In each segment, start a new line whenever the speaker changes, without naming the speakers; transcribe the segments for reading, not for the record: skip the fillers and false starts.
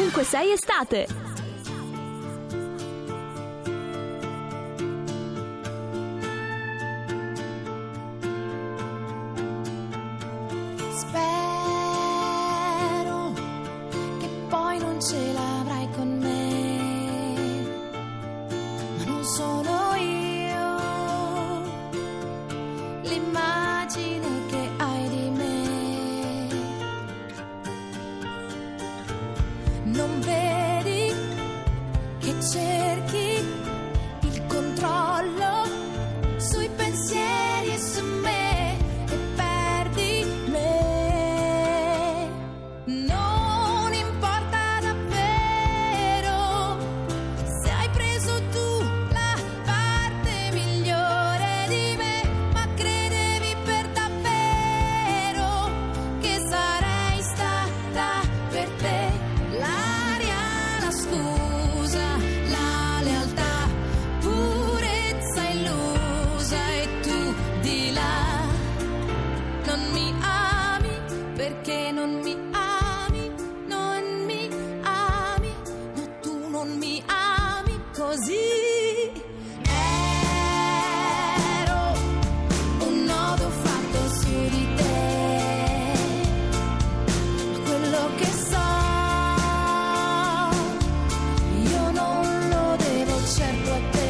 ovunque sei estate.
Spero che poi non ce l'avrai con me, ma non sono io l'immagine che hai di me. Non vedi che cerchi il controllo sui pensieri e su me e perdi me. Non importa davvero se hai preso tu la parte migliore di me, ma credevi per davvero che sarei stata per te l'aria, la scusa, la lealtà, purezza illusa, e tu di là non mi ami perché non mi ami, non mi ami, no, tu non mi ami così. Ero un nodo fatto su di te, ma quello che so io non lo devo certo a te.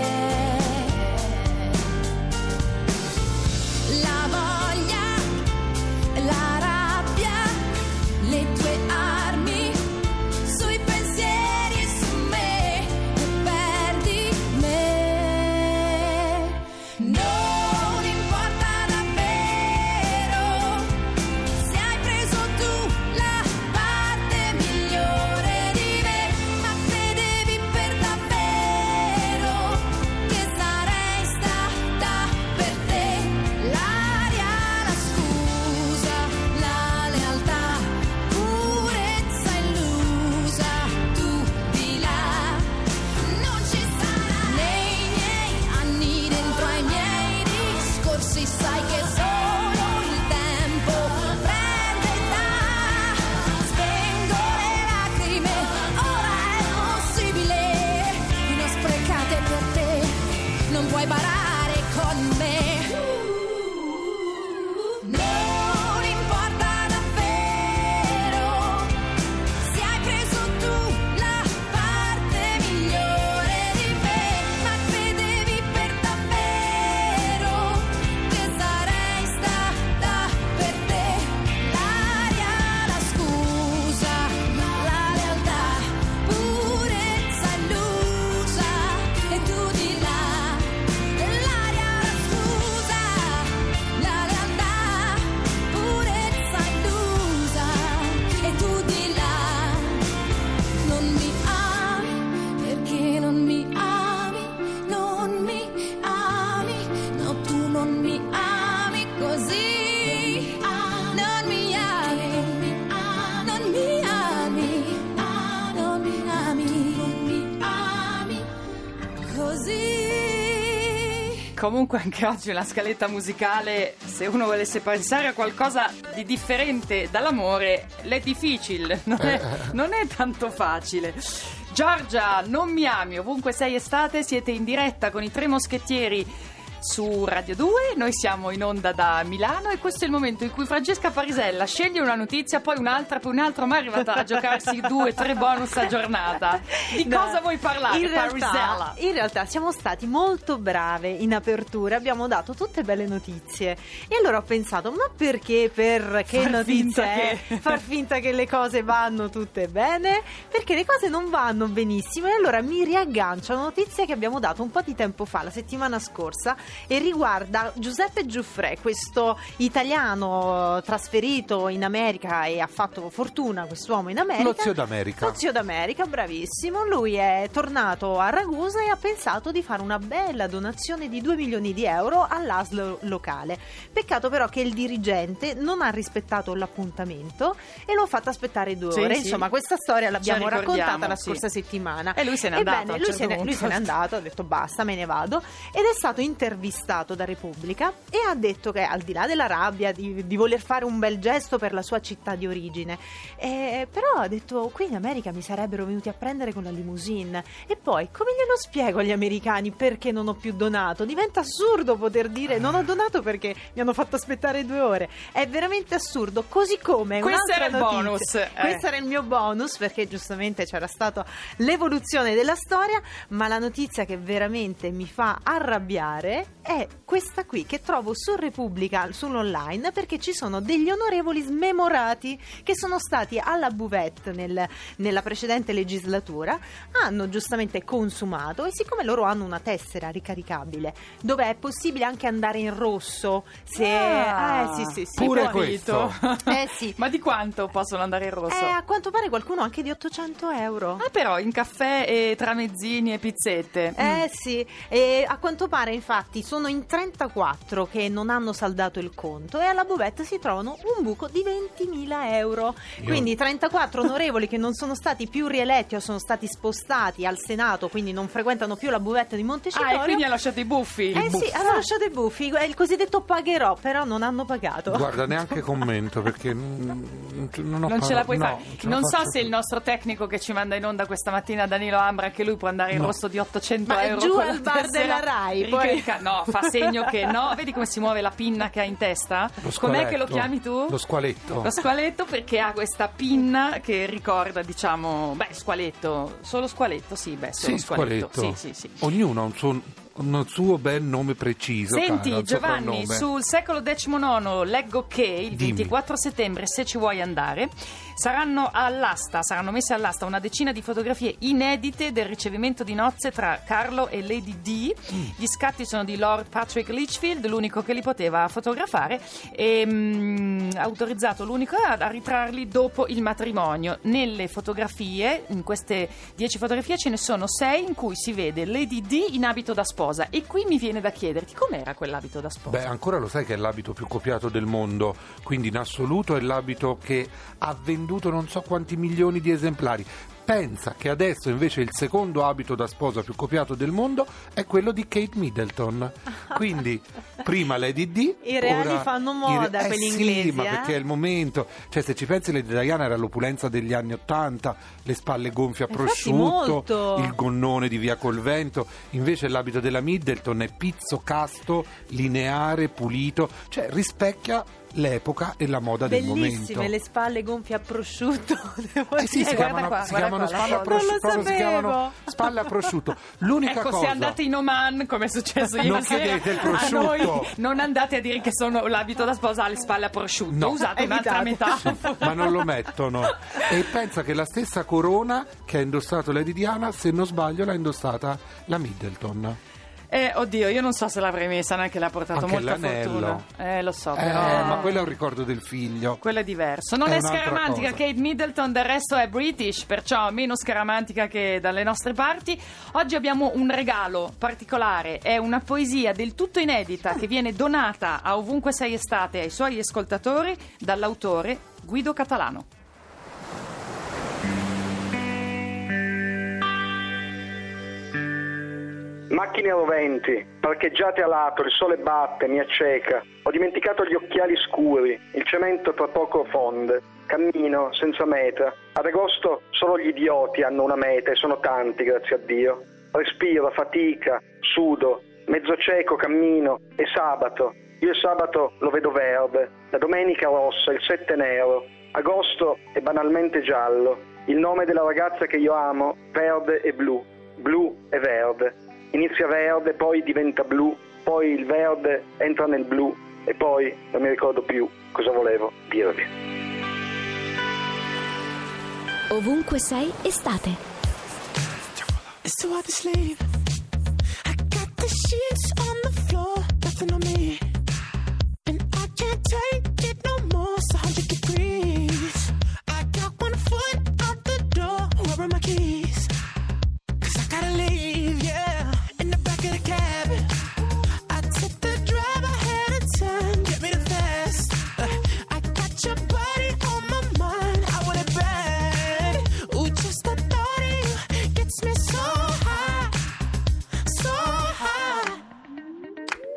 La voglia, la rabbia, le tue armi sui pensieri e su me e perdi me. Non importa davvero se hai preso tu la parte migliore di me, ma credevi per davvero che sarei stata per te l'aria, la scusa, la lealtà, purezza illusa, tu di là non ci sarà. Nei miei anni dentro ai miei discorsi sai che solo il tempo prende età. Spengo le lacrime, ora è possibile, non sprecate per te, non puoi barare con me. Non importa davvero se hai preso tu la parte migliore di me, ma credevi per davvero che sarei stata per te l'aria, la scusa, la lealtà, purezza illusa, e tu di là. L'aria, la scusa, la lealtà, purezza illusa, e tu di là. Non mi ami perché non mi ami, non mi ami, no, tu non mi ami così. Non mi ami, non mi ami, non mi ami, non mi ami così.
Comunque anche oggi la scaletta musicale, se uno volesse pensare a qualcosa di differente dall'amore, l'è difficile, non è tanto facile. Giorgia, non mi ami, ovunque sei estate, siete in diretta con i Tre Moschettieri su Radio 2, noi siamo in onda da Milano e questo è il momento in cui Francesca Parisella sceglie una notizia, poi un'altra, ma è arrivata a giocarsi 2-3 bonus a giornata. Di cosa vuoi parlare, Parisella?
In realtà siamo stati molto brave in apertura, abbiamo dato tutte belle notizie e allora ho pensato, ma perché far finta che le cose vanno tutte bene? Perché le cose non vanno benissimo e allora mi riaggancio a una notizia che abbiamo dato un po' di tempo fa, la settimana scorsa, e riguarda Giuseppe Giuffre, questo italiano trasferito in America e ha fatto fortuna, quest'uomo in America.
Lo zio d'America,
bravissimo. Lui è tornato a Ragusa e ha pensato di fare una bella donazione di 2 milioni di euro all'ASL locale. Peccato però che il dirigente non ha rispettato l'appuntamento e lo ha fatto aspettare 2 ore. Insomma, questa storia l'abbiamo raccontata la scorsa settimana.
E lui se n'è andato.
Ebbene, lui se n'è andato, ha detto basta, me ne vado, ed è stato internato intervistato da Repubblica e ha detto che, al di là della rabbia di voler fare un bel gesto per la sua città di origine, però ha detto: qui in America mi sarebbero venuti a prendere con la limousine, e poi come glielo spiego agli americani perché non ho più donato? Diventa assurdo poter dire non ho donato perché mi hanno fatto aspettare 2 ore. È veramente assurdo. Così come
questo era il
notizia,
bonus.
Questo era il mio bonus, perché giustamente c'era stata l'evoluzione della storia, ma la notizia che veramente mi fa arrabbiare è questa qui, che trovo su Repubblica, sull'online, perché ci sono degli onorevoli smemorati che sono stati alla buvette nella precedente legislatura, hanno giustamente consumato, e siccome loro hanno una tessera ricaricabile dove è possibile anche andare in rosso, se sì,
pure
poi-
questo.
sì.
Ma di quanto possono andare in rosso?
A quanto pare qualcuno anche di 800 euro.
Ah, però in caffè e tramezzini e pizzette.
Sì, e a quanto pare infatti sono in 34 che non hanno saldato il conto, e alla buvette si trovano un buco di 20.000 euro. Quindi 34 onorevoli che non sono stati più rieletti o sono stati spostati al Senato, quindi non frequentano più la buvette di Montecitorio.
E quindi ha lasciato i buffi.
Sì, hanno lasciato i buffi, è il cosiddetto pagherò, però non hanno pagato.
Guarda, neanche commento perché non
ce la puoi fare.
ce la
Non so
faccio
se il
più.
nostro tecnico che ci manda in onda questa mattina, Danilo Ambra, anche lui può andare in
No.
rosso di 800
Ma è
euro.
giù
con
al
la
bar
tessera
della Rai, poi.
ricarica- No, fa segno che no. Vedi come si muove la pinna che ha in testa?
Lo
Com'è che lo
squaletto.
chiami tu?
Lo squaletto.
Lo squaletto, perché ha questa pinna che ricorda, diciamo, squaletto. Solo squaletto, sì, solo
Sì, squaletto.
Sì.
Ognuno ha un suo bel nome preciso.
Senti,
cara, un
Giovanni,
soprannome.
sul secolo XIX leggo che il
Dimmi.
24 settembre, se ci vuoi andare, saranno messe all'asta una decina di fotografie inedite del ricevimento di nozze tra Carlo e Lady Di. Gli scatti sono di Lord Patrick Lichfield, l'unico che li poteva fotografare, e autorizzato l'unico a ritrarli dopo il matrimonio. Nelle fotografie, in queste 10 fotografie, ce ne sono 6 in cui si vede Lady Di in abito da sposa. E qui mi viene da chiederti com'era quell'abito da sposa.
Beh, ancora lo sai che è l'abito più copiato del mondo, quindi in assoluto è l'abito che ha venduto non so quanti milioni di esemplari. Pensa che adesso invece il secondo abito da sposa più copiato del mondo è quello di Kate Middleton. Quindi prima Lady Di,
I reali
ora
fanno moda, quelli
sì,
inglesi,
ma perché è il momento. Cioè, se ci pensi, Lady Diana era l'opulenza degli anni '80, le spalle gonfie a
Infatti
prosciutto,
molto.
il gonnone di Via col Vento. Invece l'abito della Middleton è pizzo, casto, lineare, pulito, cioè rispecchia l'epoca e la moda del momento.
Bellissime le spalle gonfie a prosciutto. Devo
Sì,
dire.
si
guarda
chiamano,
qua,
si
guarda
chiamano
qua,
spalle a
la
foto. Non lo
prosciutto, si chiamano
sapevo.
spalle a prosciutto. L'unica
Ecco,
cosa,
se andate in Oman, come è successo ieri
Non
sera,
chiedete il
a
prosciutto.
noi non andate a dire che sono l'abito da sposa alle spalle a prosciutto.
No.
Usate un'altra
Evitate.
metafora.
ma non lo mettono. E pensa che la stessa corona che ha indossato Lady Diana, se non sbaglio, l'ha indossata la Middleton.
Oddio, io non so se l'avrei messa, neanche l'ha portato
Anche
molta
l'anello.
fortuna. Lo so, però.
Ma quello è un ricordo del figlio.
Quello è diverso. Non
È
è
un'altra
scaramantica.
cosa.
Kate Middleton del resto è British, perciò meno scaramantica che dalle nostre parti. Oggi abbiamo un regalo particolare, è una poesia del tutto inedita che viene donata a Ovunque Sei Estate ai suoi ascoltatori dall'autore Guido Catalano.
Macchine roventi, parcheggiate a lato, il sole batte, mi acceca. Ho dimenticato gli occhiali scuri, il cemento tra poco fonde. Cammino senza meta. Ad agosto solo gli idioti hanno una meta e sono tanti, grazie a Dio. Respiro, fatica, sudo, mezzo cieco cammino, è sabato. Io il sabato lo vedo verde, la domenica rossa, il 7 nero. Agosto è banalmente giallo. Il nome della ragazza che io amo, verde e blu. Blu e verde. Inizia verde, poi diventa blu, poi il verde entra nel blu e poi non mi ricordo più cosa volevo dirvi.
Ovunque sei estate.
It's too hard to sleep. I got the sheets on the floor, nothing on me. And I can't take it no more, it's 100 degrees. I got one foot out the door, where are my keys? 'Cause I gotta leave, yeah. In the back of the cab, I took the drive ahead of time, get me the fast. I got your body on my mind, I want it bad. Ooh, just the thought of you gets me so high, so high.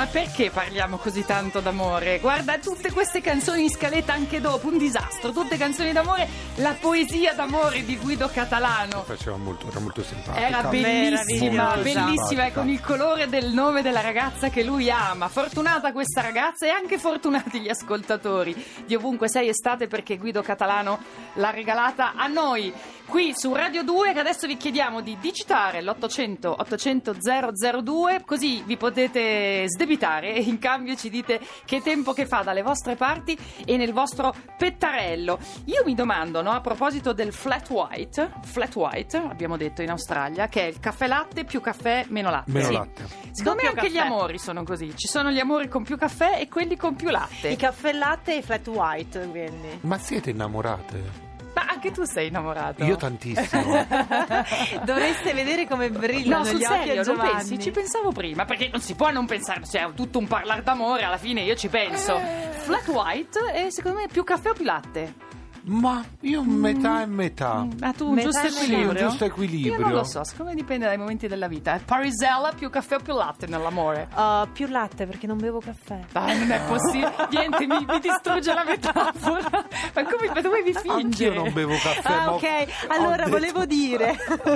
perché parliamo così tanto d'amore? Guarda, tutte queste canzoni in scaletta anche dopo, un disastro, tutte canzoni d'amore, la poesia d'amore di Guido Catalano.
Era molto simpatica.
Era bellissima, bellissima, e con il colore del nome della ragazza che lui ama. Fortunata questa ragazza e anche fortunati gli ascoltatori di Ovunque Sei Estate, perché Guido Catalano l'ha regalata a noi qui su Radio 2, che adesso vi chiediamo di digitare l'800 800 002, così vi potete sdebitare e in cambio ci dite che tempo che fa dalle vostre parti e nel vostro pettarello. Io mi domando, no, a proposito del flat white, abbiamo detto in Australia, che è il caffè latte più caffè meno latte.
Meno
Sì.
latte.
Secondo me anche
caffè.
gli amori sono così, ci sono gli amori con più caffè e quelli con più latte.
I caffè latte e i flat white, quindi.
Ma siete innamorate?
Ma anche tu sei innamorato?
Io tantissimo.
Dovreste vedere come brillano
No, sul
gli occhi
serio,
a
non
Giovanni.
pensi? Ci pensavo prima, perché non si può non pensare, cioè è tutto un parlare d'amore, alla fine io ci penso. Flat white e secondo me più caffè o più latte?
Ma io metà e metà.
Ah, tu un
Metà
giusto
e metà.
equilibrio?
Sì, un giusto equilibrio.
Io non lo so, secondo me dipende dai momenti della vita. Parisella più caffè o più latte nell'amore?
Più latte perché non bevo caffè.
Dai, non è possibile. Niente, mi distrugge la metafora. Ma come, ma dove vi fingere?
Anch'io non bevo caffè.
Ah,
ma
ok,
ho
allora
detto-
volevo dire.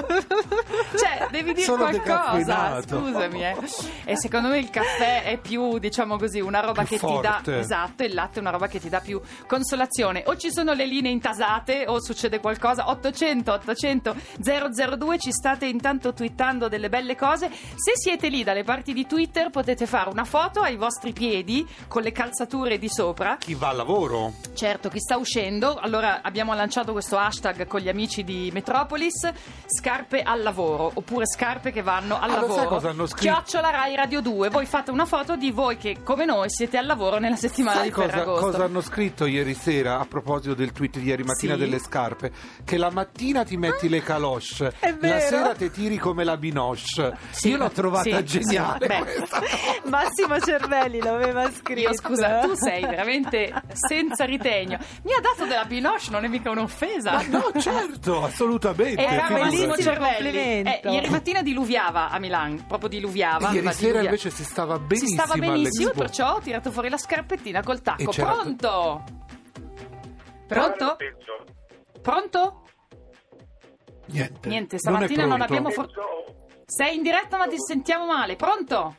Cioè, devi dire
Sono
qualcosa,
decaffeinato.
scusami. E secondo me il caffè è più, diciamo così, una roba
Più
che ti dà.
forte.
Esatto, il latte è una roba che ti dà più consolazione. O ci sono le linee intasate o succede qualcosa. 800 800 002, ci state intanto twittando delle belle cose. Se siete lì dalle parti di Twitter potete fare una foto ai vostri piedi con le calzature di sopra.
Chi va al lavoro?
Certo, chi sta uscendo. Allora abbiamo lanciato questo hashtag con gli amici di Metropolis: scarpe al lavoro, oppure scarpe che vanno al
Ah, lo sai
lavoro.
cosa hanno scritto?
@ Rai Radio 2. Voi fate una foto di voi che come noi siete al lavoro nella settimana
Sai
di Ferragosto.
cosa hanno scritto ieri sera a proposito del tweet di ieri mattina
Sì.
delle scarpe? Che la mattina ti metti le caloche,
È vero.
la sera te tiri come la binoche.
Sì,
Io l'ho trovata
sì,
geniale.
sì. Beh,
questa.
Massimo Cervelli l'aveva scritto.
Io scusa, tu sei veramente senza ritegno. Mi ha dato della Binoche, non è mica un'offesa.
Ma no, certo, assolutamente.
Era
figurati.
Massimo
bellissimo
Cervelli.
complimento.
Ieri mattina diluviava a Milano, proprio diluviava.
Ieri
ma
sera
diluvia-
invece si stava
Si
benissimo
stava benissimo,
all'Expo.
perciò ho tirato fuori la scarpettina col tacco.
E c'era-
Pronto? Pronto? Pronto? Niente, stamattina non abbiamo Sei in diretta ma ti sentiamo male. Pronto?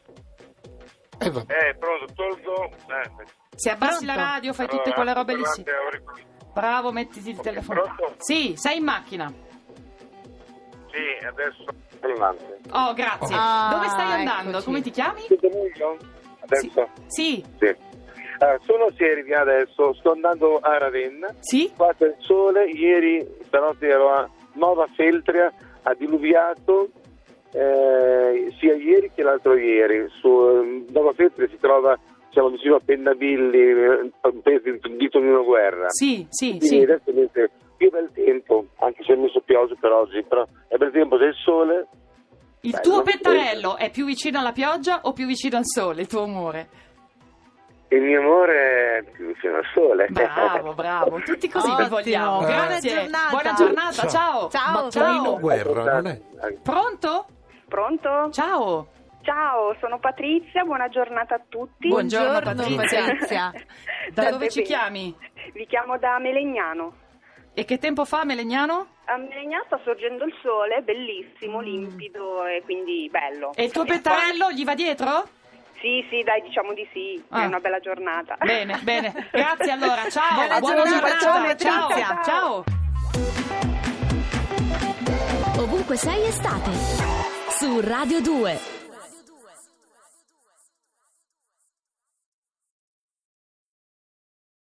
Pronto, tolgo.
Se abbassi la radio fai tutte quelle robe lì. Sì. Bravo, mettiti il telefono.
Pronto?
Sì, sei in macchina.
Sì, adesso. Adelante.
Oh, grazie.
Ah,
Dove stai andando?
eccoci.
Come ti chiami?
Siete meglio? Adesso?
Sì.
Sì. Sono Servi adesso, sto andando a Ravenna.
Sì?
Qua c'è il sole, ieri stanotte ero a Nova Feltria, ha diluviato sia ieri che l'altro ieri. Su Nova Feltria si trova, siamo vicino a Pendavilli, di Tonino Guerra.
Sì, sì,
Quindi
sì.
adesso invece più bel tempo, anche se è messo pioggia per oggi, però è bel tempo, c'è il sole.
Il
Beh,
tuo
non-
pettarello è più vicino alla pioggia o più vicino al sole, il tuo amore?
Il mio amore è più vicino al sole.
Bravo, bravo. Tutti così vi
Ottimo.
vogliamo.
Buona
Grazie.
giornata.
Buona giornata, ciao.
Ciao,
Ma
ciao.
Tonino Guerra, non è?
Pronto?
Pronto?
Ciao.
Ciao, sono Patrizia, buona giornata a tutti.
Buongiorno, Patrizia.
Patrizia.
Da dove ci
bene.
chiami?
Vi chiamo da Melegnano.
E che tempo fa, Melegnano?
A Melegnano sta sorgendo il sole, bellissimo, limpido e quindi bello.
E il tuo pettarello gli va dietro?
Sì, dai, diciamo di sì,
Ah.
è una bella giornata.
Bene, bene. Grazie allora. Ciao.
Buona giornata, ciao,
Ciao.
Patrizia.
Ciao.
Ovunque sei estate. Su Radio 2.